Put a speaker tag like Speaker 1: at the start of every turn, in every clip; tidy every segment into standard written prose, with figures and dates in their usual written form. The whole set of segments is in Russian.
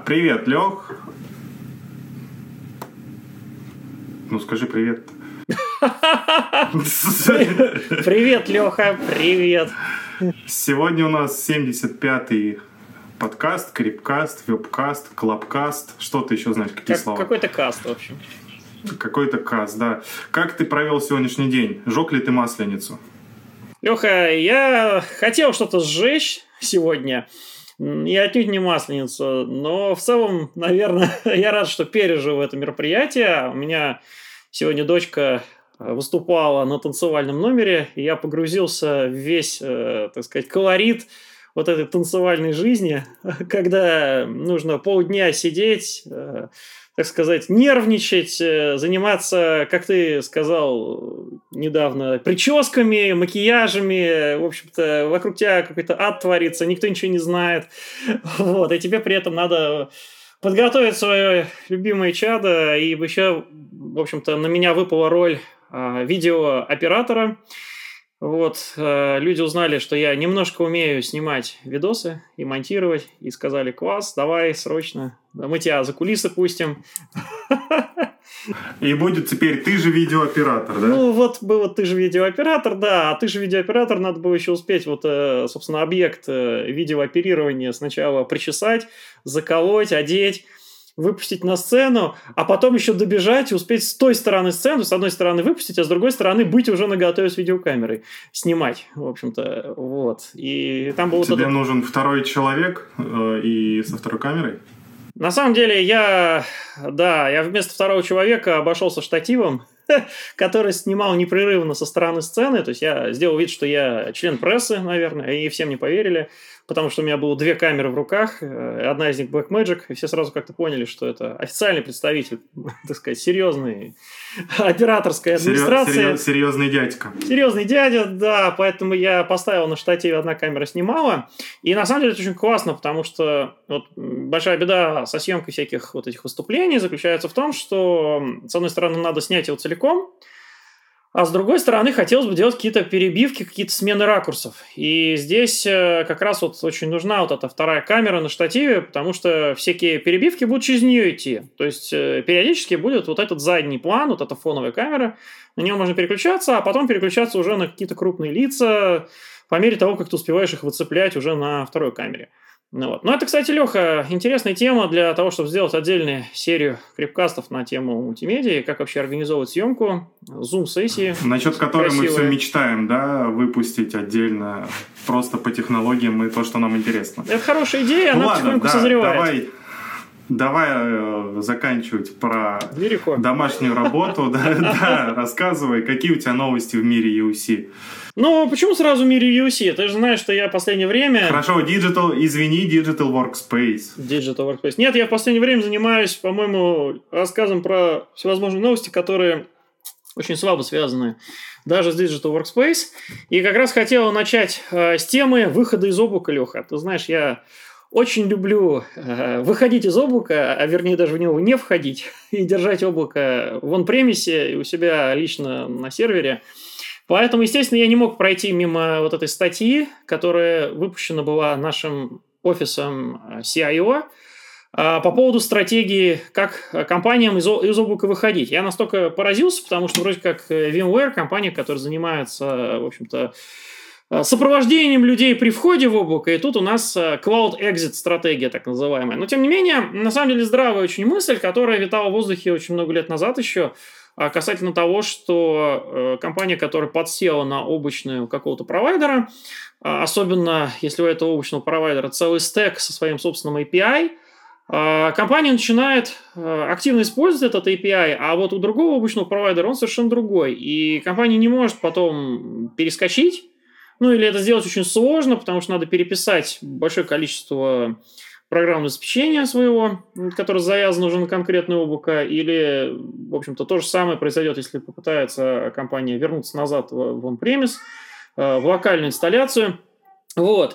Speaker 1: Привет, Лех. Ну, скажи привет.
Speaker 2: Привет, Леха, привет.
Speaker 1: Сегодня у нас 75-й подкаст, крипкаст, вебкаст, клабкаст. Что ты еще знаешь, какие слова?
Speaker 2: Какой-то каст, в общем.
Speaker 1: Какой-то каст, да. Как ты провел сегодняшний день? Жег ли ты масленицу?
Speaker 2: Леха, я хотел что-то сжечь сегодня. И отнюдь не масленицу. Но в целом, наверное, я рад, что пережил это мероприятие. У меня сегодня дочка выступала на танцевальном номере, и я погрузился в весь, так сказать, колорит вот этой танцевальной жизни, когда нужно полдня сидеть, так сказать, нервничать, заниматься, как ты сказал недавно, прическами, макияжами, в общем-то, вокруг тебя какой-то ад творится, никто ничего не знает, вот, и тебе при этом надо подготовить свое любимое чадо, и еще, в общем-то, на меня выпала роль видеооператора. Вот, люди узнали, что я немножко умею снимать видосы и монтировать, и сказали: класс, давай срочно, мы тебя за кулисы пустим.
Speaker 1: И будет теперь ты же видеооператор, да?
Speaker 2: Ну, вот был ты же видеооператор, да, а ты же видеооператор, надо было еще успеть вот, собственно, объект видеооперирования сначала причесать, заколоть, одеть, выпустить на сцену, а потом еще добежать и успеть с той стороны сцену, с одной стороны выпустить, а с другой стороны быть уже наготове с видеокамерой, снимать, в общем-то, вот. И там был
Speaker 1: Тебе нужен второй человек и со второй камерой?
Speaker 2: На самом деле я вместо второго человека обошелся штативом, который снимал непрерывно со стороны сцены. То есть я сделал вид, что я член прессы, наверное, и всем не поверили, потому что у меня было две камеры в руках, одна из них Blackmagic, и все сразу как-то поняли, что это официальный представитель, так сказать, серьезной операторской администрации.
Speaker 1: Серьезный дядька.
Speaker 2: Серьезный дядя, да, поэтому я поставил на штативе, одна камера снимала. И на самом деле это очень классно, потому что вот большая беда со съемкой всяких вот этих выступлений заключается в том, что, с одной стороны, надо снять его целиком, а с другой стороны, хотелось бы делать какие-то перебивки, какие-то смены ракурсов. И здесь как раз вот очень нужна вот эта вторая камера на штативе, потому что всякие перебивки будут через нее идти. То есть периодически будет вот этот задний план, вот эта фоновая камера, на нее можно переключаться, а потом переключаться уже на какие-то крупные лица по мере того, как ты успеваешь их выцеплять уже на второй камере. Ну, вот. Это, кстати, Леха, интересная тема для того, чтобы сделать отдельную серию крипкастов на тему мультимедиа, как вообще организовывать съемку, зум-сессии.
Speaker 1: Насчет которой мы все мечтаем, да, выпустить отдельно, просто по технологиям и то, что нам интересно.
Speaker 2: Это хорошая идея, она потихоньку созревает.
Speaker 1: Давай заканчивать про
Speaker 2: лирику.
Speaker 1: Домашнюю работу. Да, рассказывай, какие у тебя новости в мире UFC.
Speaker 2: Ну, почему сразу в мире UFC? Ты же знаешь, что я в последнее время...
Speaker 1: Хорошо, Digital Workspace.
Speaker 2: Digital Workspace. Нет, я в последнее время занимаюсь, по-моему, рассказом про всевозможные новости, которые очень слабо связаны даже с Digital Workspace. И как раз хотел начать с темы выхода из облака, Леха. Ты знаешь, я очень люблю выходить из облака, а вернее даже в него не входить, и держать облако в он-премисе и у себя лично на сервере. Поэтому, естественно, я не мог пройти мимо вот этой статьи, которая выпущена была нашим офисом CIO по поводу стратегии, как компаниям из облака выходить. Я настолько поразился, потому что вроде как VMware, компания, которая занимается, в общем-то, сопровождением людей при входе в облако, и тут у нас Cloud Exit стратегия, так называемая. Но, тем не менее, на самом деле здравая очень мысль, которая витала в воздухе очень много лет назад еще, касательно того, что компания, которая подсела на облачную какого-то провайдера, особенно если у этого облачного провайдера целый стэк со своим собственным API, компания начинает активно использовать этот API, а вот у другого облачного провайдера он совершенно другой. И компания не может потом перескочить, или это сделать очень сложно, потому что надо переписать большое количество программного обеспечения своего, которое завязано уже на конкретное облако, или, в общем-то, то же самое произойдет, если попытается компания вернуться назад в on-premise, в локальную инсталляцию. Вот.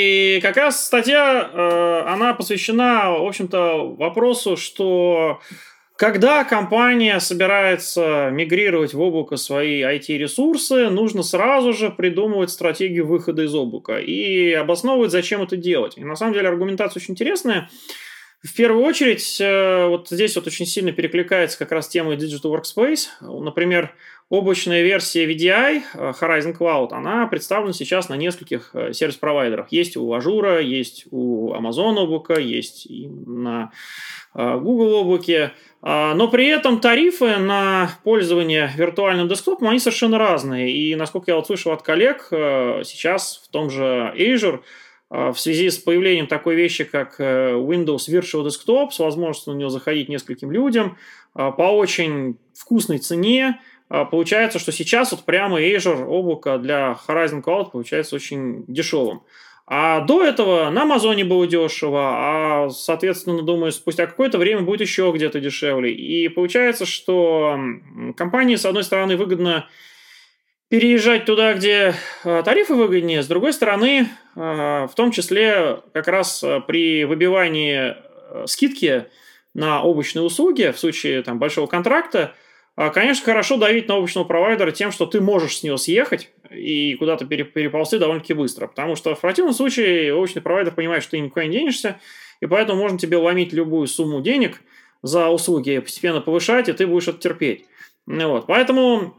Speaker 2: И как раз статья, она посвящена, в общем-то, вопросу, что когда компания собирается мигрировать в облако свои IT-ресурсы, нужно сразу же придумывать стратегию выхода из облака и обосновывать, зачем это делать. И на самом деле аргументация очень интересная. В первую очередь, вот здесь вот очень сильно перекликается как раз тема Digital Workspace. Например, облачная версия VDI Horizon Cloud, она представлена сейчас на нескольких сервис-провайдерах. Есть у Azure, есть у Amazon облака, есть и на Google облаке. Но при этом тарифы на пользование виртуальным десктопом, они совершенно разные. И, насколько я вот слышал от коллег, сейчас в том же Azure в связи с появлением такой вещи, как Windows Virtual Desktop, с возможностью на него заходить нескольким людям по очень вкусной цене, получается, что сейчас вот прямо Azure облако для Horizon Cloud получается очень дешевым. А до этого на Амазоне было дешево, а, соответственно, думаю, спустя какое-то время будет еще где-то дешевле. И получается, что компании, с одной стороны, выгодно переезжать туда, где тарифы выгоднее, с другой стороны, в том числе как раз при выбивании скидки на облачные услуги в случае там, большого контракта, конечно, хорошо давить на облачного провайдера тем, что ты можешь с него съехать и куда-то переползти довольно-таки быстро. Потому что в противном случае облачный провайдер понимает, что ты никуда не денешься, и поэтому можно тебе ломить любую сумму денег за услуги, постепенно повышать, и ты будешь это терпеть. Вот. Поэтому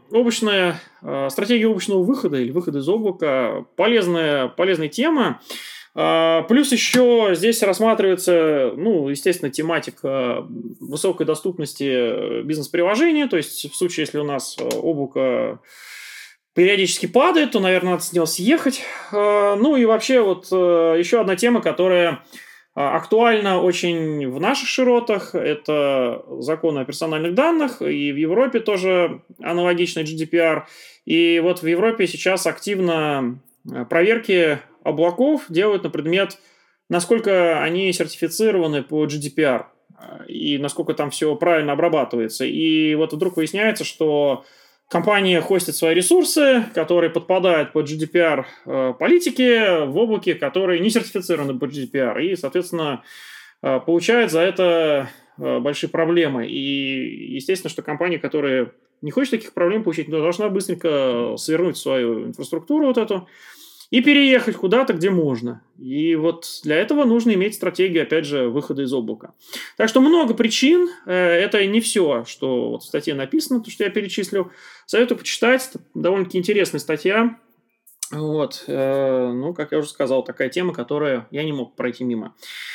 Speaker 2: стратегия облачного выхода или выхода из облака полезная тема. Плюс еще здесь рассматривается, естественно, тематика высокой доступности бизнес-приложения. То есть в случае, если у нас облако периодически падает, то, наверное, надо с него съехать. Ну и вообще вот еще одна тема, которая актуальна очень в наших широтах, это законы о персональных данных, и в Европе тоже аналогично GDPR. И вот в Европе сейчас активно проверки облаков делают на предмет, насколько они сертифицированы по GDPR и насколько там все правильно обрабатывается. И вот вдруг выясняется, что компания хостит свои ресурсы, которые подпадают под GDPR политики в облаке, которые не сертифицированы под GDPR. И, соответственно, получает за это большие проблемы. И, естественно, что компания, которая не хочет таких проблем получить, должна быстренько свернуть свою инфраструктуру вот эту и переехать куда-то, где можно. И вот для этого нужно иметь стратегию, опять же, выхода из облака. Так что много причин. Это не все, что вот в статье написано, то, что я перечислил. Советую почитать. Это довольно-таки интересная статья. Вот. Как я уже сказал, такая тема, которую я не мог пройти мимо.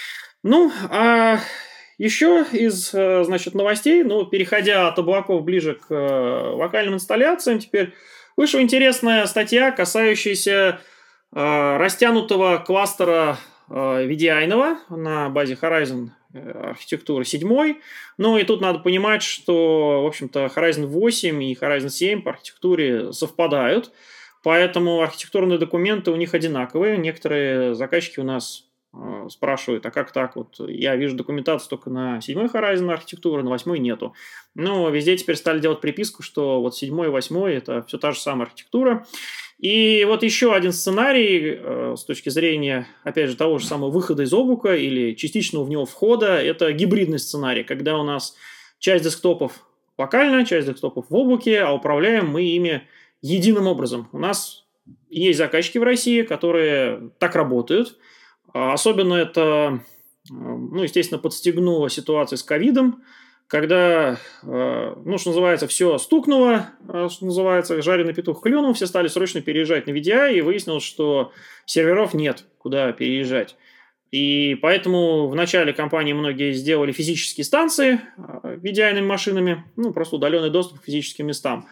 Speaker 2: А еще из, новостей, переходя от облаков ближе к локальным инсталляциям, теперь вышла интересная статья, касающаяся растянутого кластера VDI-ного на базе Horizon архитектуры 7. И тут надо понимать, что, в общем-то, Horizon 8 и Horizon 7 по архитектуре совпадают, поэтому архитектурные документы у них одинаковые. Некоторые заказчики у нас спрашивают, а как так? Вот я вижу документацию только на 7 Horizon архитектуры, на 8 нету. Везде теперь стали делать приписку, что вот 7 и 8 это все та же самая архитектура. И вот еще один сценарий с точки зрения, опять же, того же самого выхода из облака или частичного в него входа, это гибридный сценарий, когда у нас часть десктопов локально, часть десктопов в облаке, а управляем мы ими единым образом. У нас есть заказчики в России, которые так работают. Особенно это, естественно, подстегнуло ситуацию с ковидом, когда, что называется, все стукнуло, что называется, жареный петух клюнул, все стали срочно переезжать на VDI, и выяснилось, что серверов нет, куда переезжать. И поэтому в начале компании многие сделали физические станции VDI-ными машинами, просто удаленный доступ к физическим местам.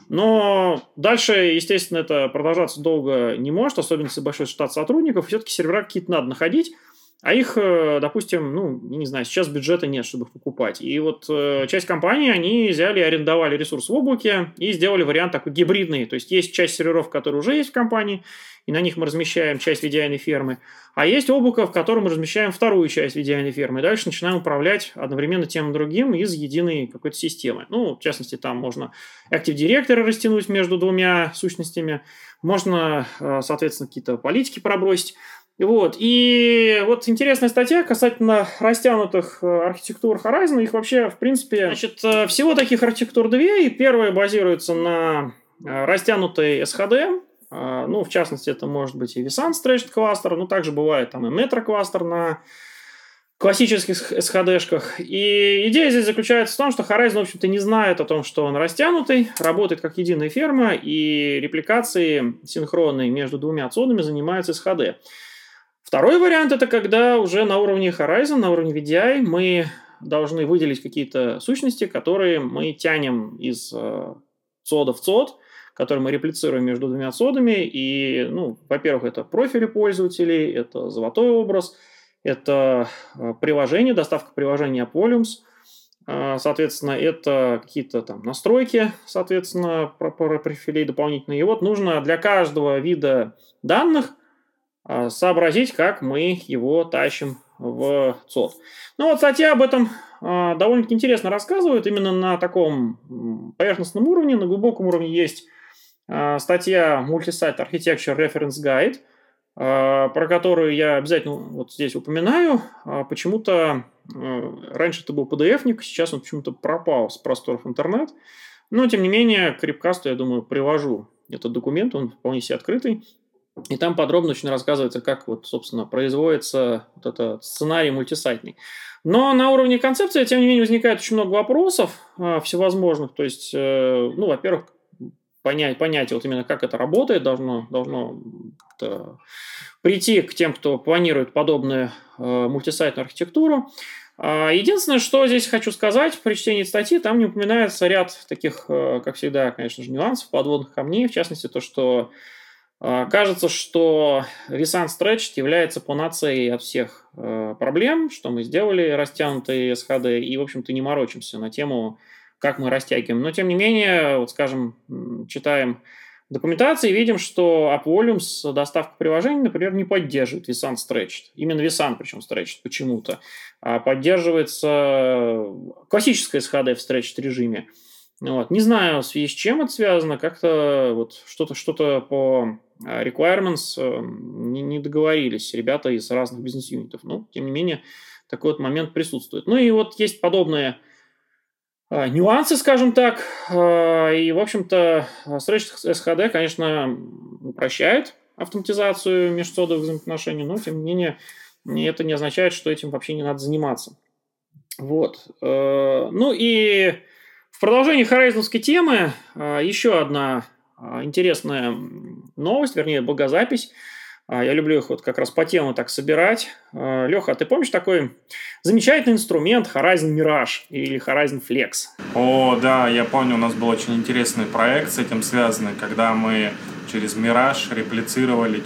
Speaker 2: Но дальше, естественно, это продолжаться долго не может, особенно если большой штат сотрудников, все-таки сервера какие-то надо находить. А их, допустим, не знаю, сейчас бюджета нет, чтобы их покупать. И вот часть компаний, они взяли и арендовали ресурс в облаке и сделали вариант такой гибридный. То есть есть часть серверов, которые уже есть в компании, и на них мы размещаем часть VDI фермы. А есть облако, в котором мы размещаем вторую часть VDI фермы. И дальше начинаем управлять одновременно тем и другим из единой какой-то системы. В частности, там можно Active Directory растянуть между двумя сущностями. Можно, соответственно, какие-то политики пробросить. Вот. И вот интересная статья касательно растянутых архитектур Horizon. Их вообще, в принципе, всего таких архитектур две. И первая базируется на растянутой SHD. В частности, это может быть и vSAN Stretched кластер, также бывает там и Metro кластер на классических SHD-шках. И идея здесь заключается в том, что Horizon, в общем-то, не знает о том, что он растянутый, работает как единая ферма, и репликацией синхронной между двумя отсодами занимается SHD. Второй вариант – это когда уже на уровне Horizon, на уровне VDI мы должны выделить какие-то сущности, которые мы тянем из цода в цод, которые мы реплицируем между двумя цодами. И, во-первых, это профили пользователей, это золотой образ, это приложение, доставка приложения Apolliums, соответственно, это какие-то там настройки, соответственно, про профилей дополнительные. И вот нужно для каждого вида данных сообразить, как мы его тащим в цод. Статья об этом довольно-таки интересно рассказывает. Именно на таком поверхностном уровне, на глубоком уровне есть статья Multi-Site Architecture Reference Guide, про которую я обязательно вот здесь упоминаю. Почему-то раньше это был PDF-ник, сейчас он почему-то пропал с просторов интернет. Но, тем не менее, к Крипкасту, я думаю, приложу этот документ, он вполне себе открытый. И там подробно очень рассказывается, как, собственно, производится вот этот сценарий мультисайтный. Но на уровне концепции, тем не менее, возникает очень много вопросов всевозможных. То есть, во-первых, понять вот именно, как это работает, должно прийти к тем, кто планирует подобную мультисайтную архитектуру. Единственное, что здесь хочу сказать при чтении статьи, там не упоминается ряд таких, как всегда, конечно же, нюансов, подводных камней, в частности, то, что кажется, что vSAN Stretched является панацеей от всех проблем, что мы сделали растянутые SHD, и, в общем-то, не морочимся на тему, как мы растягиваем. Но, тем не менее, читаем документацию и видим, что Apolliums доставка приложений, например, не поддерживает vSAN Stretched. Именно vSAN, причем Stretched почему-то. А поддерживается классическое SHD в Stretched режиме. Не знаю, в связи с чем это связано, как-то что-то по requirements не договорились ребята из разных бизнес-юнитов. Но, тем не менее, такой вот момент присутствует. И есть подобные нюансы, скажем так. И, в общем-то, Stretched SHD, конечно, упрощает автоматизацию межсодовых взаимоотношений, но, тем не менее, это не означает, что этим вообще не надо заниматься. И в продолжении Horizon'ской темы еще одна интересная новость, вернее, богозапись. Я люблю их как раз по темам так собирать. Леха, ты помнишь такой замечательный инструмент Horizon Mirage или Horizon Flex?
Speaker 1: О, да, я помню, у нас был очень интересный проект с этим связанный, когда мы через Mirage реплицировали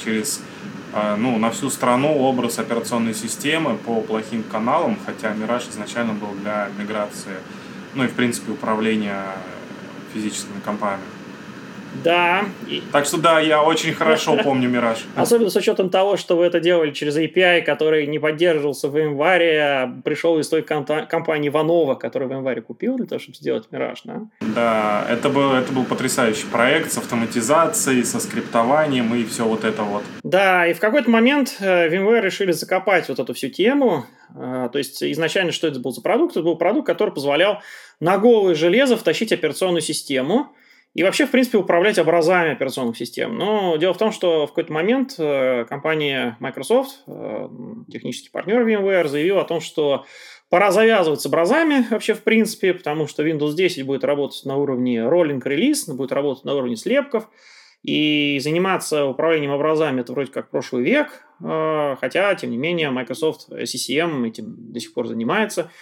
Speaker 1: на всю страну образ операционной системы по плохим каналам, хотя Mirage изначально был для миграции, и, в принципе, управления физическими компаниями.
Speaker 2: Да.
Speaker 1: Так что да, я очень хорошо помню Mirage.
Speaker 2: Особенно с учетом того, что вы это делали через API, который не поддерживался в VMware, а пришел из той компании Vanova, которую VMware купил для того, чтобы сделать Mirage, да?
Speaker 1: Да, это был потрясающий проект с автоматизацией, со скриптованием и все вот это вот.
Speaker 2: Да, и в какой-то момент VMware решили закопать вот эту всю тему. То есть изначально что это был за продукт? Это был продукт, который позволял на голое железо втащить операционную систему и вообще, в принципе, управлять образами операционных систем. Но дело в том, что в какой-то момент компания Microsoft, технический партнер VMware, заявила о том, что пора завязывать с образами вообще в принципе, потому что Windows 10 будет работать на уровне rolling release, будет работать на уровне слепков, и заниматься управлением образами – это вроде как прошлый век, хотя, тем не менее, Microsoft CCM этим до сих пор занимается.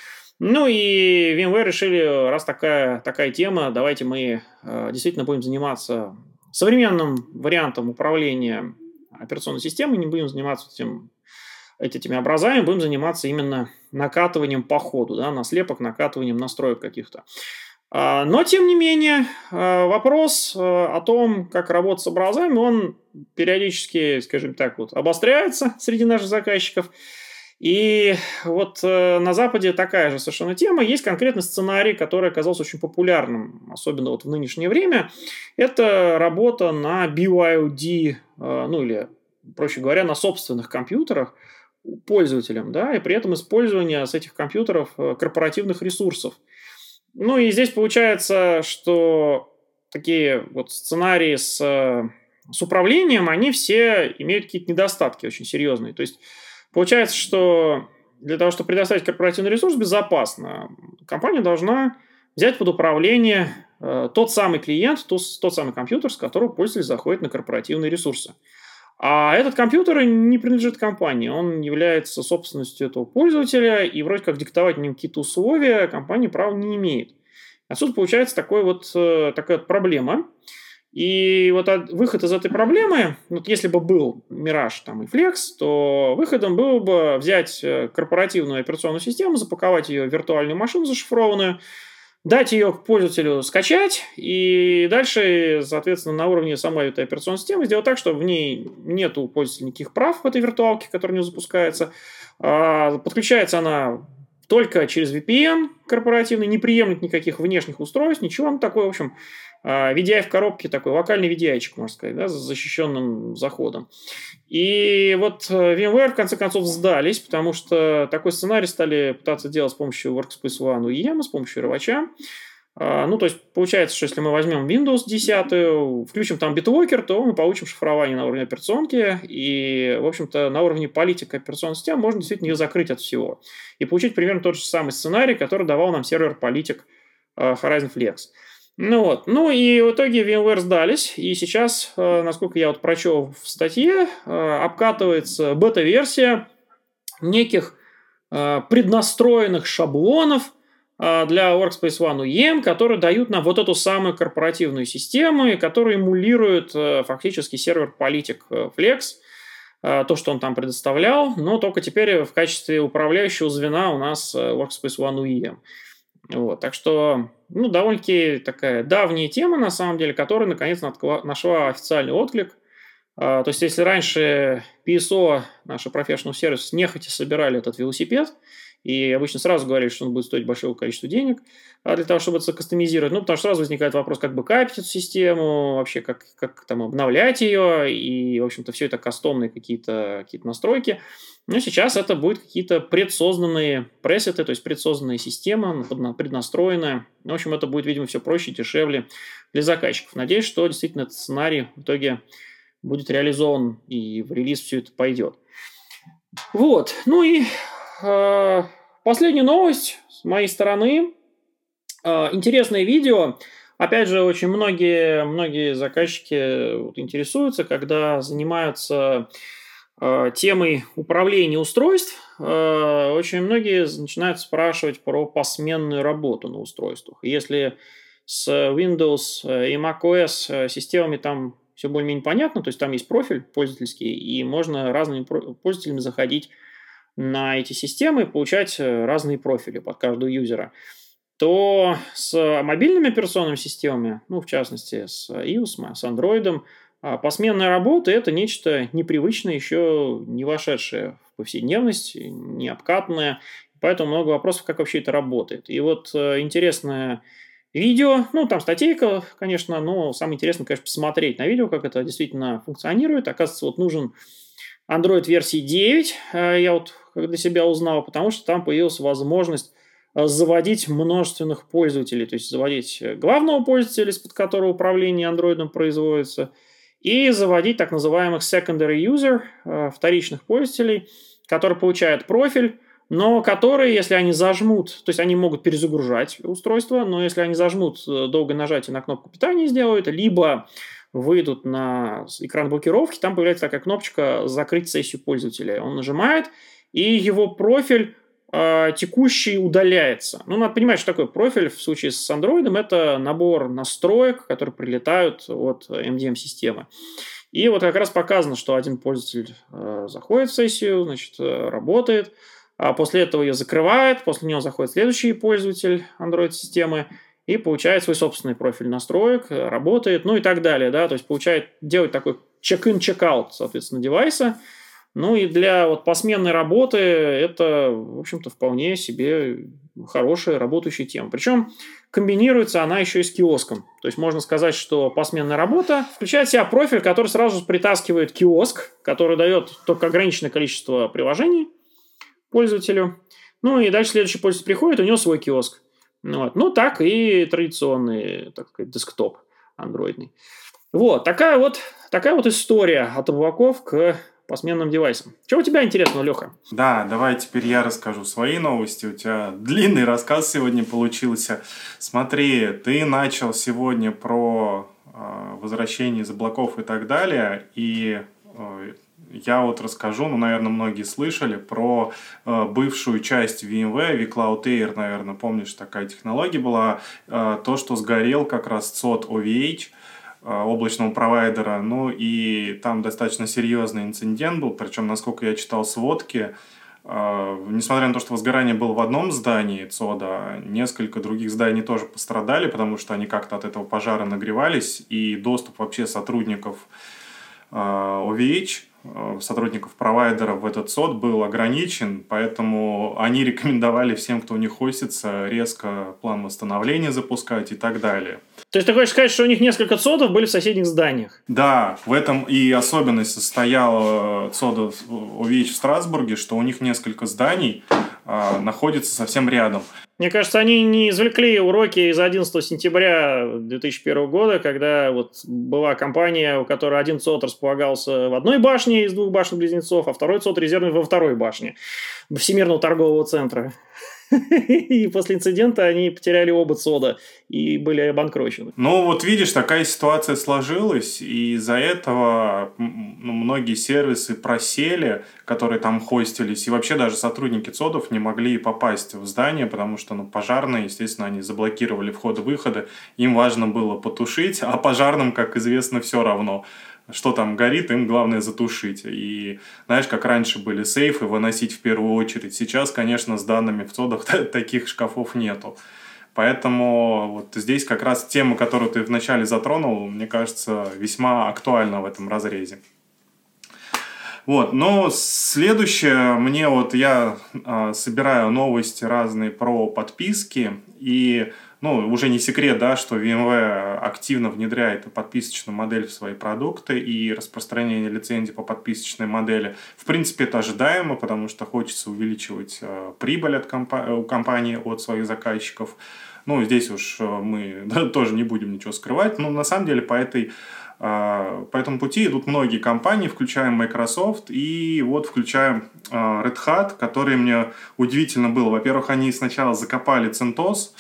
Speaker 2: И VMware решили, раз такая тема, давайте мы действительно будем заниматься современным вариантом управления операционной системой, не будем заниматься этими образами, будем заниматься именно накатыванием по ходу, на слепок, накатыванием настроек каких-то. Но, тем не менее, вопрос о том, как работать с образами, он периодически, скажем так, обостряется среди наших заказчиков. И на Западе такая же совершенно тема. Есть конкретный сценарий, который оказался очень популярным, особенно в нынешнее время. Это работа на BYOD, или, проще говоря, на собственных компьютерах пользователям, и при этом использование с этих компьютеров корпоративных ресурсов. И здесь получается, что такие сценарии с управлением, они все имеют какие-то недостатки очень серьезные. То есть получается, что для того, чтобы предоставить корпоративный ресурс безопасно, компания должна взять под управление тот самый клиент, тот самый компьютер, с которого пользователь заходит на корпоративные ресурсы. А этот компьютер не принадлежит компании, он является собственностью этого пользователя, и вроде как диктовать на нем какие-то условия компания права не имеет. Отсюда получается такая вот проблема. И вот выход из этой проблемы, вот если бы был Mirage там, и Flex, то выходом было бы взять корпоративную операционную систему, запаковать ее в виртуальную машину зашифрованную, дать ее к пользователю скачать, и дальше, соответственно, на уровне самой этой операционной системы сделать так, чтобы в ней нет у пользователя никаких прав в этой виртуалке, которая не запускается. Подключается она только через VPN корпоративный, не приемлет никаких внешних устройств, ничего. Такой, в общем, VDI в коробке, такой локальный VDI-чик, можно сказать, да, с защищенным заходом. И вот VMware, в конце концов, сдались, потому что такой сценарий стали пытаться делать с помощью Workspace ONE UEM, с помощью рвача. То есть, получается, что если мы возьмем Windows 10, включим там BitLocker, то мы получим шифрование на уровне операционки, и, в общем-то, на уровне политики операционной системы можно действительно ее закрыть от всего. И получить примерно тот же самый сценарий, который давал нам сервер политик Horizon Flex. И в итоге VMware сдались, и сейчас, насколько я вот прочел в статье, обкатывается бета-версия неких преднастроенных шаблонов для Workspace ONE UEM, которые дают нам вот эту самую корпоративную систему, и которые эмулируют фактически сервер политик Flex, то, что он там предоставлял, но только теперь в качестве управляющего звена у нас Workspace ONE UEM. Вот, так что, довольно-таки такая давняя тема, на самом деле, которая, наконец, нашла официальный отклик. То есть, если раньше PSO, наши Professional Services, нехотя собирали этот велосипед, и обычно сразу говорили, что он будет стоить большого количества денег для того, чтобы это кастомизировать. Потому что сразу возникает вопрос, как бы капить эту систему, вообще как там обновлять ее, и, в общем-то, все это кастомные какие-то настройки. Но сейчас это будут какие-то предсозданные пресеты, то есть предсозданная система, преднастроенная. В общем, это будет, видимо, все проще и дешевле для заказчиков. Надеюсь, что действительно этот сценарий в итоге будет реализован и в релиз все это пойдет. Вот. Последняя новость с моей стороны. Интересное видео. Опять же, очень многие заказчики интересуются, когда занимаются темой управления устройств. Очень многие начинают спрашивать про посменную работу на устройствах. Если с Windows и macOS системами там все более-менее понятно, то есть там есть профиль пользовательский, и можно разными пользователями заходить на эти системы и получать разные профили под каждого юзера, то с мобильными операционными системами, в частности с iOS, с Android, посменная работа – это нечто непривычное, еще не вошедшее в повседневность, не обкатанное, поэтому много вопросов, как вообще это работает. И вот интересное видео, там статейка, конечно, но самое интересное, конечно, посмотреть на видео, как это действительно функционирует. Оказывается, вот нужен Android версии 9, я вот для себя узнал, потому что там появилась возможность заводить множественных пользователей, то есть заводить главного пользователя, из-под которого управление Android производится, и заводить так называемых secondary user, вторичных пользователей, которые получают профиль, но которые, если они зажмут, то есть они могут перезагружать устройство, но если они зажмут долгое нажатие на кнопку питания сделают, либо выйдут на экран блокировки, там появляется такая кнопочка «Закрыть сессию пользователя». Он нажимает, и его профиль текущий удаляется. Надо понимать, что такое профиль в случае с Android. Это набор настроек, которые прилетают от MDM-системы. И вот как раз показано, что один пользователь заходит в сессию, работает, а после этого ее закрывает, после него заходит следующий пользователь Android-системы и получает свой собственный профиль настроек, работает, и так далее. Да? То есть делает такой check-in, check-out, соответственно, девайса. И для посменной работы это, в общем-то, вполне себе хорошая работающая тема. Причем комбинируется она еще и с киоском. То есть можно сказать, что посменная работа включает в себя профиль, который сразу притаскивает киоск, который дает только ограниченное количество приложений пользователю. И дальше следующий пользователь приходит, у него свой киоск. Так и традиционный, так сказать, десктоп андроидный. Вот, такая вот история от облаков к по сменным девайсам. Что у тебя интересного, Леха?
Speaker 1: Да, давай теперь я расскажу свои новости. У тебя длинный рассказ сегодня получился. Смотри, ты начал сегодня про возвращение из облаков и так далее. И я вот расскажу, наверное, многие слышали про бывшую часть VMware, vCloud Air, наверное, помнишь, такая технология была. То, что сгорел как раз ЦОД OVH, облачного провайдера. Ну и там достаточно серьезный инцидент был, причем, насколько я читал сводки, несмотря на то, что возгорание было в одном здании ЦОДа, несколько других зданий тоже пострадали, потому что они как-то от этого пожара нагревались, и доступ вообще сотрудников OVH, сотрудников провайдера в этот СОД был ограничен, поэтому они рекомендовали всем, кто у них хостится, резко план восстановления запускать и так далее.
Speaker 2: То есть ты хочешь сказать, что у них несколько ЦОДов были в соседних зданиях?
Speaker 1: Да, в этом и особенность состояла ЦОДа OVH в Страсбурге, что у них несколько зданий находится совсем рядом.
Speaker 2: Мне кажется, они не извлекли уроки из 11 сентября 2001 года, когда вот была компания, у которой один ЦОД располагался в одной башне из двух башен-близнецов, а второй ЦОД резервный во второй башне Всемирного торгового центра. И после инцидента они потеряли оба ЦОДа и были обанкрочены.
Speaker 1: Ну, вот видишь, такая ситуация сложилась, и из-за этого многие сервисы просели, которые там хостились, и вообще даже сотрудники ЦОДов не могли попасть в здание, потому что пожарные, естественно, они заблокировали входы-выходы, им важно было потушить, а пожарным, как известно, все равно. Что там горит, им главное затушить. И знаешь, как раньше были сейфы выносить в первую очередь. Сейчас, конечно, с данными в ЦОДах таких шкафов нету. Поэтому вот здесь как раз тема, которую ты вначале затронул, мне кажется, весьма актуальна в этом разрезе. Вот, но следующее, я собираю новости разные про подписки, и уже не секрет, да, что VMware активно внедряет подписочную модель в свои продукты и распространение лицензий по подписочной модели. В принципе, это ожидаемо, потому что хочется увеличивать прибыль у компании от своих заказчиков. Здесь уж мы тоже не будем ничего скрывать, но на самом деле по этому пути идут многие компании, включая Microsoft и вот включая Red Hat, который мне удивительно было. Во-первых, они сначала закопали CentOS,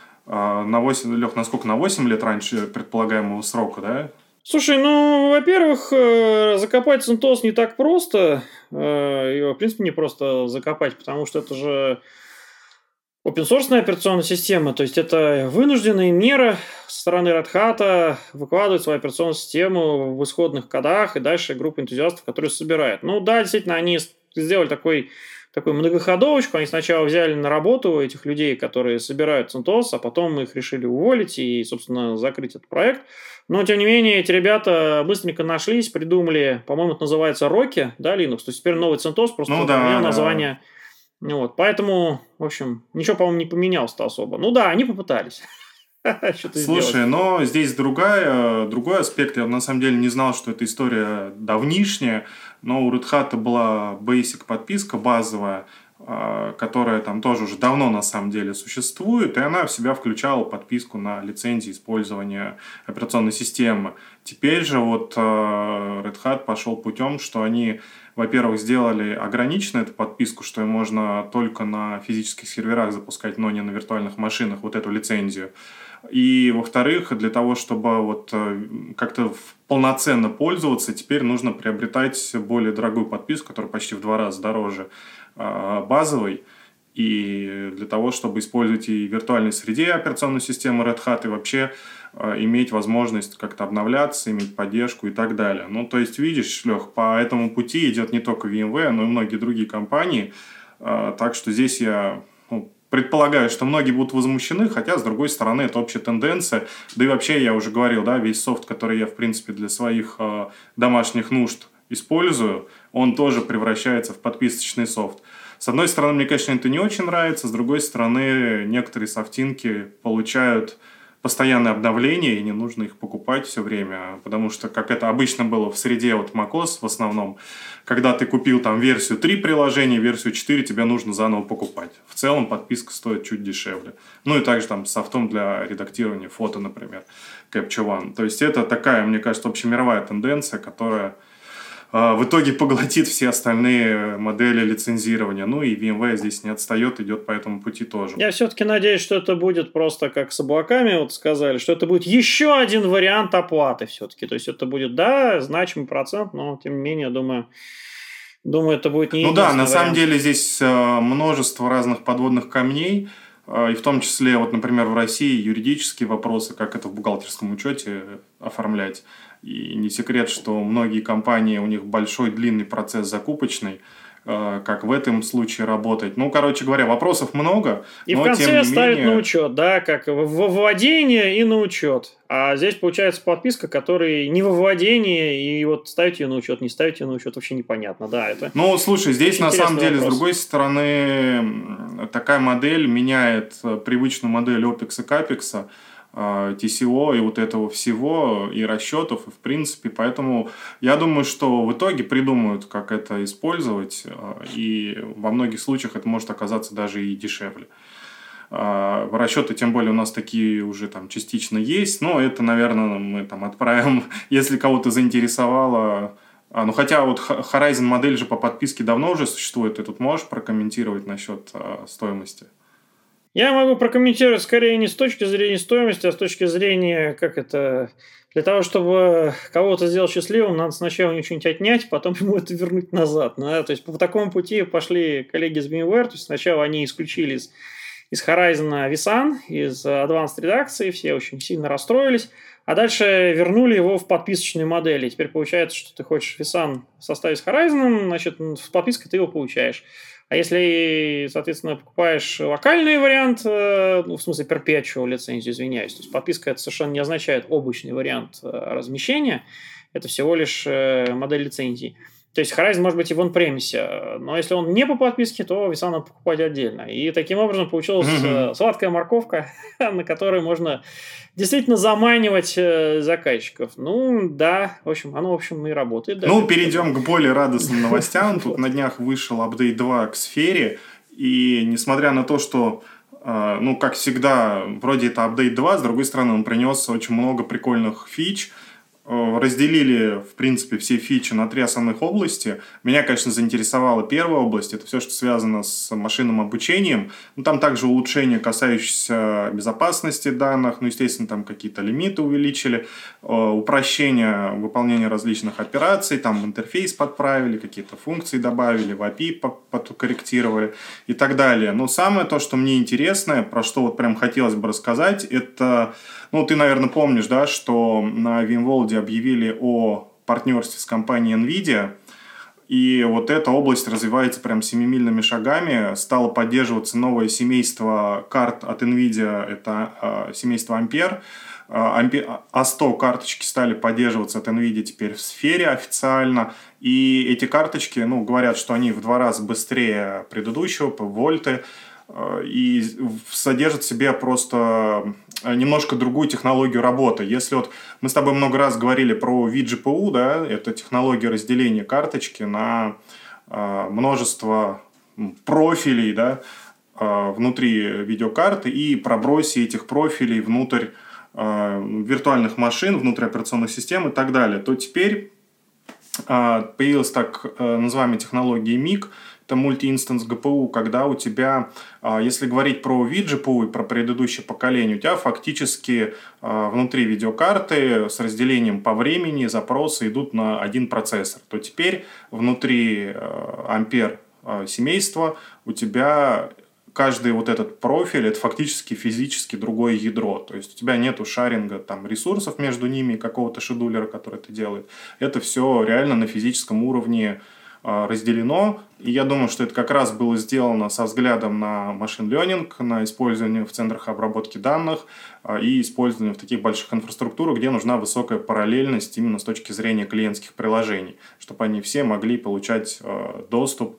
Speaker 1: на 8, Лех, насколько, на 8 лет раньше предполагаемого срока, да?
Speaker 2: Слушай, во-первых, закопать CentOS не так просто. Его, в принципе, не просто закопать, потому что это же open-source операционная система, то есть это вынужденная мера со стороны Red Hat выкладывать свою операционную систему в исходных кодах и дальше группа энтузиастов, которые собирают. Да, действительно, они сделали такую многоходовочку. Они сначала взяли на работу этих людей, которые собирают CentOS, а потом их решили уволить и, собственно, закрыть этот проект. Но, тем не менее, эти ребята быстренько нашлись, придумали, по-моему, это называется Rocky, да, Linux. То есть теперь новый CentOS, просто поменял название. Поэтому, в общем, ничего, по-моему, не поменялось-то особо. Они попытались.
Speaker 1: Слушай, но здесь другой аспект. Я на самом деле не знал, что эта история давнишняя, но у Red Hat была basic подписка базовая, которая там тоже уже давно на самом деле существует, и она в себя включала подписку на лицензии использования операционной системы. Теперь же Red Hat пошел путем, что они, во-первых, сделали ограниченную эту подписку, что можно только на физических серверах запускать, но не на виртуальных машинах, эту лицензию. И, во-вторых, для того, чтобы как-то полноценно пользоваться, теперь нужно приобретать более дорогую подписку, которая почти в 2 раза дороже базовой. И для того, чтобы использовать и в виртуальной среде операционную систему Red Hat, и вообще иметь возможность как-то обновляться, иметь поддержку и так далее. То есть, видишь, Лех, по этому пути идет не только VMware, но и многие другие компании. Так что здесь я предполагаю, что многие будут возмущены, хотя, с другой стороны, это общая тенденция. Да и вообще, я уже говорил, да, весь софт, который я, в принципе, для своих домашних нужд использую, он тоже превращается в подписочный софт. С одной стороны, мне, конечно, это не очень нравится, с другой стороны, некоторые софтинки получают постоянное обновление, и не нужно их покупать все время, потому что, как это обычно было в среде macOS в основном, когда ты купил там версию 3 приложения, версию 4 тебе нужно заново покупать. В целом подписка стоит чуть дешевле. И также там софтом для редактирования фото, например, Capture One. То есть это такая, мне кажется, общемировая тенденция, которая в итоге поглотит все остальные модели лицензирования. Ну и VMware здесь не отстает, идет по этому пути тоже.
Speaker 2: Я все-таки надеюсь, что это будет просто как с облаками, вот сказали, что это будет еще один вариант оплаты все-таки. То есть это будет, да, значимый процент, но тем не менее, думаю, это будет не
Speaker 1: Ну да, на
Speaker 2: единственный
Speaker 1: самом
Speaker 2: вариант.
Speaker 1: деле здесь множество разных подводных камней, и в том числе, вот, например, в России юридические вопросы, как это в бухгалтерском учете оформлять. И не секрет, что многие компании, у них большой длинный процесс закупочный, как в этом случае работать. Ну, короче говоря, вопросов много,
Speaker 2: И в
Speaker 1: но
Speaker 2: конце
Speaker 1: тем не
Speaker 2: ставят на
Speaker 1: менее...
Speaker 2: учет, да, как в вводение и на учет. А здесь получается подписка, которая не во вводение, и вот ставить ее на учет, не ставить ее на учет, вообще непонятно. Да, это
Speaker 1: Ну, слушай, здесь
Speaker 2: очень
Speaker 1: на самом
Speaker 2: интересный
Speaker 1: деле, с
Speaker 2: вопрос.
Speaker 1: другой стороны, такая модель меняет привычную модель OPEX и CAPEX, TCO и вот этого всего, и расчетов, и в принципе. Поэтому я думаю, что в итоге придумают, как это использовать, и во многих случаях это может оказаться даже и дешевле. Расчеты, тем более, у нас такие уже там частично есть, но это, наверное, мы там отправим, если кого-то заинтересовало. Ну, хотя вот Horizon модель же по подписке давно уже существует, ты тут можешь прокомментировать насчет стоимости?
Speaker 2: Я могу прокомментировать скорее не с точки зрения стоимости, а с точки зрения, как это... Для того, чтобы кого-то сделать счастливым, надо сначала у него что-нибудь отнять, потом ему это вернуть назад. Да? То есть по такому пути пошли коллеги из VMware. То есть сначала они исключили из Horizon vSAN, из Advanced редакции, все очень сильно расстроились, а дальше вернули его в подписочную модель. И теперь получается, что ты хочешь vSAN составить с Horizon, значит, с подпиской ты его получаешь. А если, соответственно, покупаешь локальный вариант, ну, в смысле, perpetual лицензию, извиняюсь, то есть подписка это совершенно не означает облачный вариант размещения, это всего лишь модель лицензии. То есть Horizon может быть и в он-премисе, но если он не по подписке, то vSAN надо покупать отдельно. И таким образом получилась сладкая морковка, на которой можно действительно заманивать заказчиков. Ну, да, в общем, оно, и работает. Да,
Speaker 1: Ну, перейдем к более радостным новостям. Тут на днях вышел апдейт 2 к сфере, и несмотря на то, что, ну, как всегда, вроде это апдейт 2, с другой стороны, он принес очень много прикольных фич, разделили, в принципе, все фичи на 3 основных области. Меня, конечно, заинтересовала первая область. Это все, что связано с машинным обучением. Ну, там также улучшения, касающиеся безопасности данных. Ну, естественно, там какие-то лимиты увеличили. Упрощение выполнения различных операций. Там интерфейс подправили, какие-то функции добавили, в API подкорректировали и так далее. Но самое то, что мне интересно, про что вот прям хотелось бы рассказать, это... Ну, ты, наверное, помнишь, да, что на VMworld объявили о партнерстве с компанией NVIDIA, и вот эта область развивается прям семимильными шагами. Стало поддерживаться новое семейство карт от NVIDIA, это семейство Ampere. A100 карточки стали поддерживаться от NVIDIA теперь в сфере официально. И эти карточки, ну, говорят, что они в 2 раза быстрее предыдущего, по вольты, и содержит в себе просто немножко другую технологию работы. Если вот мы с тобой много раз говорили про vGPU, да, это технология разделения карточки на множество профилей, да, внутри видеокарты и пробросе этих профилей внутрь виртуальных машин, внутрь операционных систем и так далее, то теперь появилась так называемая технология MIG, это мульти-инстанс GPU, когда у тебя, если говорить про vGPU и про предыдущее поколение, у тебя фактически внутри видеокарты с разделением по времени запросы идут на один процессор, то теперь внутри Ampere семейства у тебя каждый вот этот профиль – это фактически физически другое ядро. То есть у тебя нету шаринга там, ресурсов между ними, какого-то шедулера, который это делает. Это все реально на физическом уровне разделено. И я думаю, что это как раз было сделано со взглядом на машин learning, на использование в центрах обработки данных и использование в таких больших инфраструктурах, где нужна высокая параллельность именно с точки зрения клиентских приложений, чтобы они все могли получать доступ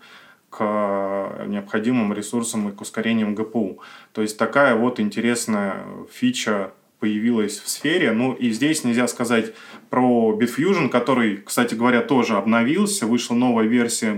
Speaker 1: к необходимым ресурсам и к ускорениям ГПУ. То есть такая вот интересная фича появилась в сфере. Ну и здесь нельзя сказать про Bitfusion, который, кстати говоря, тоже обновился. Вышла новая версия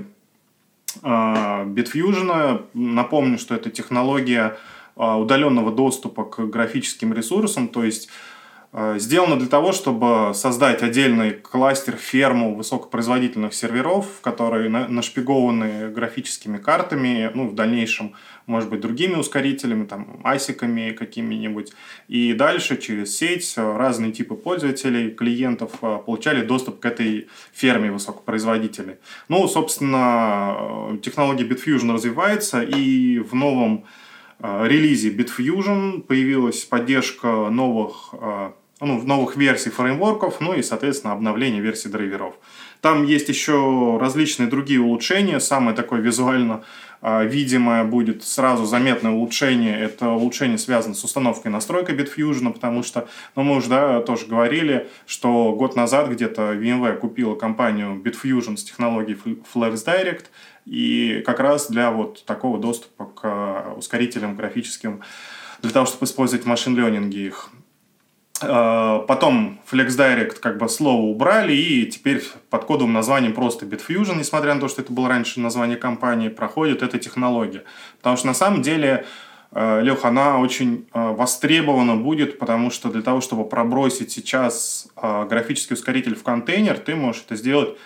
Speaker 1: Bitfusion. Напомню, что это технология удаленного доступа к графическим ресурсам. То есть сделано для того, чтобы создать отдельный кластер, ферму высокопроизводительных серверов, которые нашпигованы графическими картами, ну, в дальнейшем, может быть, другими ускорителями, там, асиками какими-нибудь. И дальше через сеть разные типы пользователей, клиентов получали доступ к этой ферме высокопроизводителей. Ну, собственно, технология Bitfusion развивается, и в новом релизе Bitfusion появилась поддержка новых версий фреймворков, ну и, соответственно, обновление версий драйверов. Там есть еще различные другие улучшения. Самое такое визуально видимое будет сразу заметное улучшение. Это улучшение связано с установкой и настройкой Bitfusion, потому что, мы уже тоже говорили, что год назад где-то VMware купила компанию Bitfusion с технологией FlexDirect, и как раз для вот такого доступа к ускорителям графическим, для того, чтобы использовать в машин-ленинге их. Потом FlexDirect как бы слово убрали, и теперь под кодовым названием просто Bitfusion, несмотря на то, что это было раньше название компании, проходит эта технология. Потому что на самом деле, Лех, она очень востребована будет, потому что для того, чтобы пробросить сейчас графический ускоритель в контейнер, ты можешь это сделать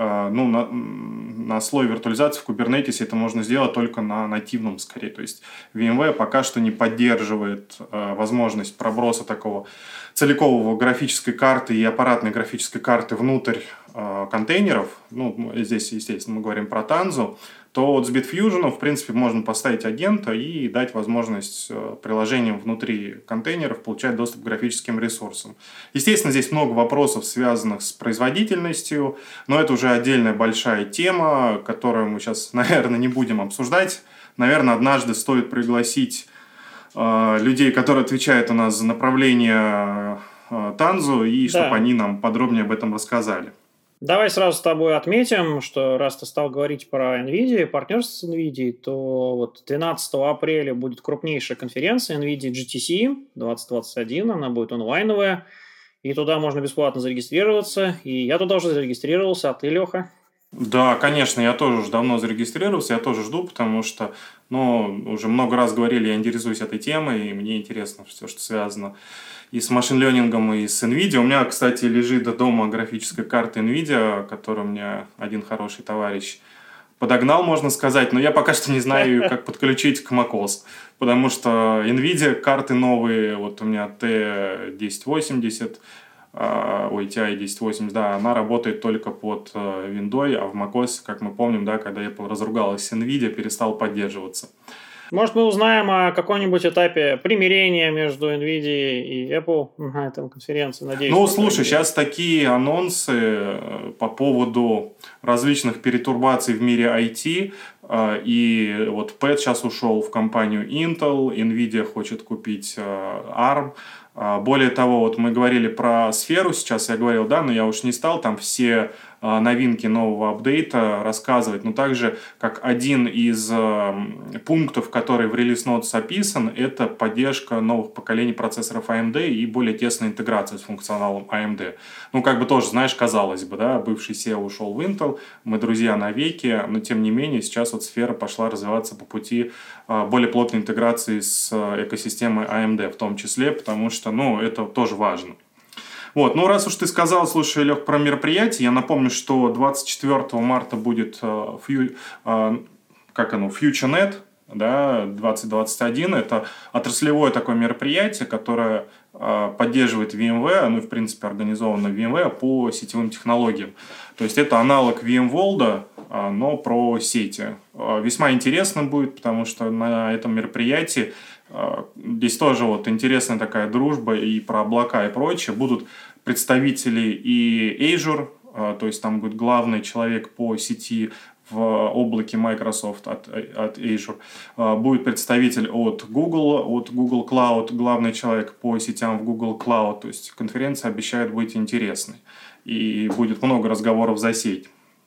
Speaker 1: на слой виртуализации в Kubernetes. Это можно сделать только на нативном скорее. То есть VMware пока что не поддерживает возможность проброса такого целикового графической карты и аппаратной графической карты внутрь контейнеров. Здесь, естественно, мы говорим про Tanzu. То вот с Bitfusion, в принципе, можно поставить агента и дать возможность приложениям внутри контейнеров получать доступ к графическим ресурсам. Естественно, здесь много вопросов, связанных с производительностью, но это уже отдельная большая тема, которую мы сейчас, наверное, не будем обсуждать. Наверное, однажды стоит пригласить людей, которые отвечают у нас за направление Tanzu, и чтобы они нам подробнее об этом рассказали.
Speaker 2: Давай сразу с тобой отметим, что раз ты стал говорить про NVIDIA, партнерство с NVIDIA, то вот 12 апреля будет крупнейшая конференция NVIDIA GTC 2021, она будет онлайновая, и туда можно бесплатно зарегистрироваться, и я туда уже зарегистрировался, а ты, Леха?
Speaker 1: Да, конечно, я тоже уже давно зарегистрировался, я тоже жду, потому что, уже много раз говорили, я интересуюсь этой темой, и мне интересно все, что связано и с машин-ленингом, и с NVIDIA. У меня, кстати, лежит до дома графическая карта NVIDIA, которую мне один хороший товарищ подогнал, можно сказать, но я пока что не знаю, как подключить к macOS, потому что NVIDIA карты новые, вот у меня T1080, TI 1080, да, она работает только под Windows, а в macOS, как мы помним, да, когда Apple разругалась с NVIDIA, перестал поддерживаться.
Speaker 2: Может, мы узнаем о каком-нибудь этапе примирения между NVIDIA и Apple на этом конференции, надеюсь.
Speaker 1: Слушай, сейчас такие анонсы по поводу различных перетурбаций в мире IT, и вот Pat сейчас ушел в компанию Intel, NVIDIA хочет купить ARM. Более того, вот мы говорили про сферу, сейчас я говорил, да, но я уж не стал там все новинки нового апдейта рассказывать, но также как один из пунктов, который в Release Notes описан, это поддержка новых поколений процессоров AMD и более тесная интеграция с функционалом AMD. Тоже, знаешь, казалось бы, да, бывший SEO ушел в Intel, мы друзья навеки, но тем не менее сейчас вот сфера пошла развиваться по пути более плотной интеграции с экосистемой AMD в том числе, потому что, это тоже важно. Раз уж ты сказал, слушай, Лех, про мероприятие, я напомню, что 24 марта будет FutureNet, да, 2021. Это отраслевое такое мероприятие, которое поддерживает VMware, в принципе, организовано VMware по сетевым технологиям. То есть это аналог VMworld, но про сети. Весьма интересно будет, потому что на этом мероприятии здесь тоже вот интересная такая дружба и про облака и прочее. Будут представители и Azure, то есть там будет главный человек по сети в облаке Microsoft от Azure. Будет представитель от Google Cloud, главный человек по сетям в Google Cloud. То есть конференция обещает быть интересной. И будет много разговоров за сеть.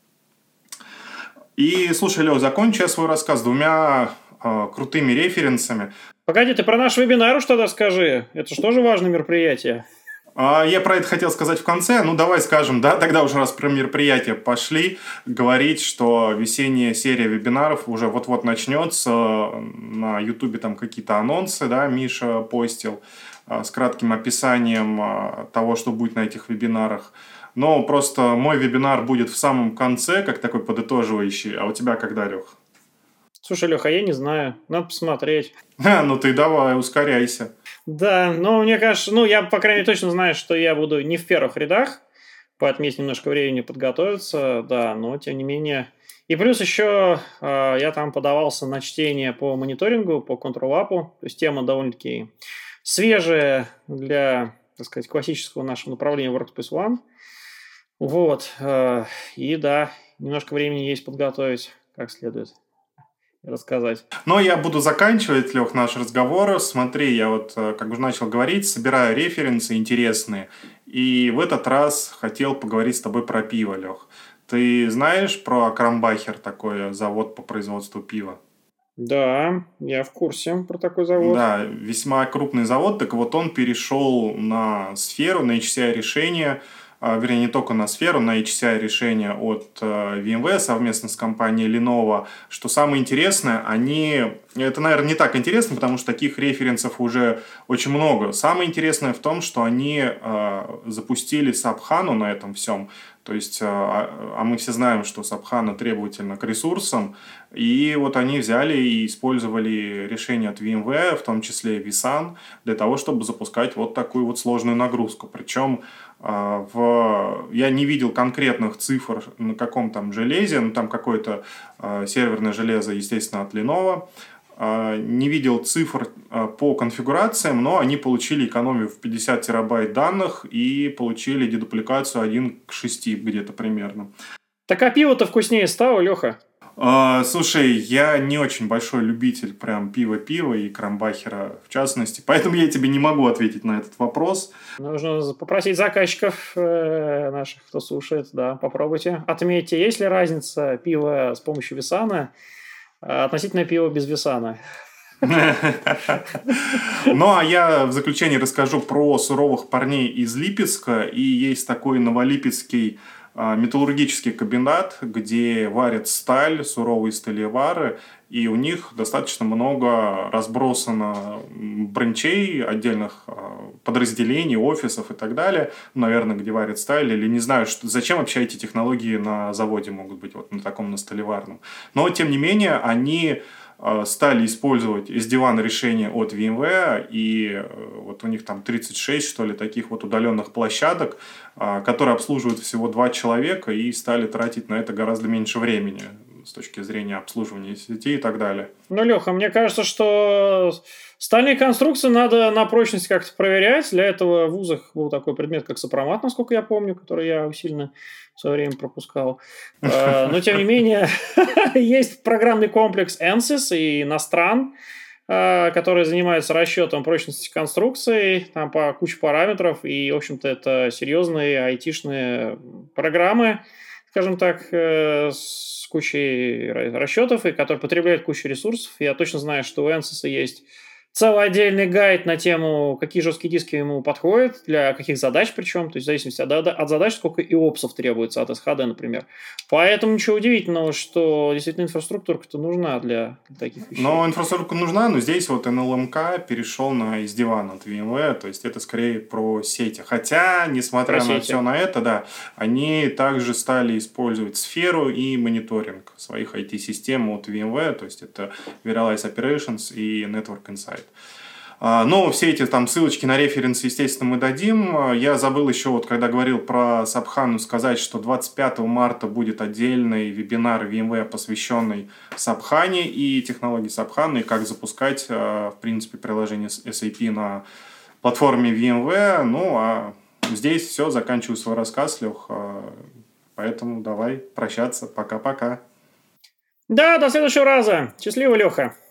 Speaker 1: И, слушай, Лёв, закончу я свой рассказ двумя крутыми референсами.
Speaker 2: Погоди, ты про наш вебинар уж тогда скажи. Это же тоже важное мероприятие.
Speaker 1: Я про это хотел сказать в конце. Давай скажем, да, тогда уже раз про мероприятие пошли говорить, что весенняя серия вебинаров уже вот-вот начнется. На Ютубе там какие-то анонсы, да, Миша постил. с кратким описанием того, что будет на этих вебинарах. Но просто мой вебинар будет в самом конце, как такой подытоживающий. А у тебя когда, Лех?
Speaker 2: Слушай, Леха, я не знаю, надо посмотреть.
Speaker 1: Ну ты давай, ускоряйся.
Speaker 2: Да, но мне кажется, я, по крайней мере, точно знаю, что я буду не в первых рядах, поэтому есть немножко времени подготовиться, да, но тем не менее. И плюс еще я там подавался на чтение по мониторингу, по контролапу, то есть тема довольно-таки свежая для, так сказать, классического нашего направления Workspace ONE. Вот, и да, немножко времени есть подготовить как следует. Рассказать.
Speaker 1: Но я буду заканчивать, Лех, наш разговор. Смотри, я вот, как уже начал говорить, собираю референсы интересные. И в этот раз хотел поговорить с тобой про пиво, Лех. Ты знаешь про Крамбахер, такой завод по производству пива?
Speaker 2: Да, я в курсе про такой завод.
Speaker 1: Да, весьма крупный завод. Так вот, он перешел на сферу, на HCI решение, вернее, не только на сферу, на HCI решение от VMware совместно с компанией Lenovo. Что самое интересное, это, наверное, не так интересно, потому что таких референсов уже очень много. Самое интересное в том, что они запустили SAP HANA на этом всем. То есть, мы все знаем, что SAP HANA требовательна к ресурсам, и вот они взяли и использовали решение от VMware, в том числе vSAN, для того, чтобы запускать вот такую вот сложную нагрузку. Причем я не видел конкретных цифр на каком там железе, там какое-то серверное железо, естественно, от Lenovo. Не видел цифр по конфигурациям, но они получили экономию в 50 терабайт данных и получили дедупликацию 1 к 6 где-то примерно.
Speaker 2: Так а пиво-то вкуснее стало, Леха?
Speaker 1: Слушай, я не очень большой любитель прям пива и Крамбахера в частности, поэтому я тебе не могу ответить на этот вопрос.
Speaker 2: Нужно попросить заказчиков наших, кто слушает, да, попробуйте. Отметьте, есть ли разница пива с помощью висана относительно пива без висана.
Speaker 1: Ну, а я в заключение расскажу про суровых парней из Липецка. И есть такой новолипецкий металлургический комбинат, где варят сталь, суровые сталевары, и у них достаточно много разбросано бренчей, отдельных подразделений, офисов и так далее, наверное, где варят сталь, или не знаю, зачем вообще эти технологии на заводе могут быть, вот на таком, на сталеварном. Но, тем не менее, они стали использовать SD-WAN решения от VMware, и вот у них там 36, что ли, таких вот удаленных площадок, которые обслуживают всего 2 человека, и стали тратить на это гораздо меньше времени с точки зрения обслуживания сети и так далее.
Speaker 2: Ну, Леха, мне кажется, что стальные конструкции надо на прочность как-то проверять. Для этого в вузах был такой предмет, как сопромат, насколько я помню, который я усиленно в свое время пропускал. Но, тем не менее, есть программный комплекс ANSYS и Nostran, которые занимаются расчетом прочности конструкций там по куче параметров. И, в общем-то, это серьезные айтишные программы, скажем так, с кучей расчетов, и которые потребляют кучу ресурсов. Я точно знаю, что у ANSYS есть целый отдельный гайд на тему, какие жесткие диски ему подходят, для каких задач причем, то есть в зависимости от задач, сколько и опсов требуется от SHD, например. Поэтому ничего удивительного, что действительно инфраструктура-то нужна для таких вещей.
Speaker 1: Но инфраструктура нужна, но здесь вот NLMK перешел на SD-WAN от VMware, то есть это скорее про сети. Хотя, несмотря на все на это, да, они также стали использовать сферу и мониторинг своих IT-систем от VMware, то есть это Virtualized Operations и Network Insight. Но все эти там ссылочки на референсы, естественно, мы дадим. Я забыл еще, вот когда говорил про SAP HANA, сказать, что 25 марта будет отдельный вебинар VMware, посвященный SAP HANA и технологии SAP HANA, и как запускать, в принципе, приложение SAP на платформе VMware. Ну, а здесь все, заканчиваю свой рассказ, Лех. Поэтому давай прощаться. Пока-пока.
Speaker 2: Да, до следующего раза. Счастливо, Леха.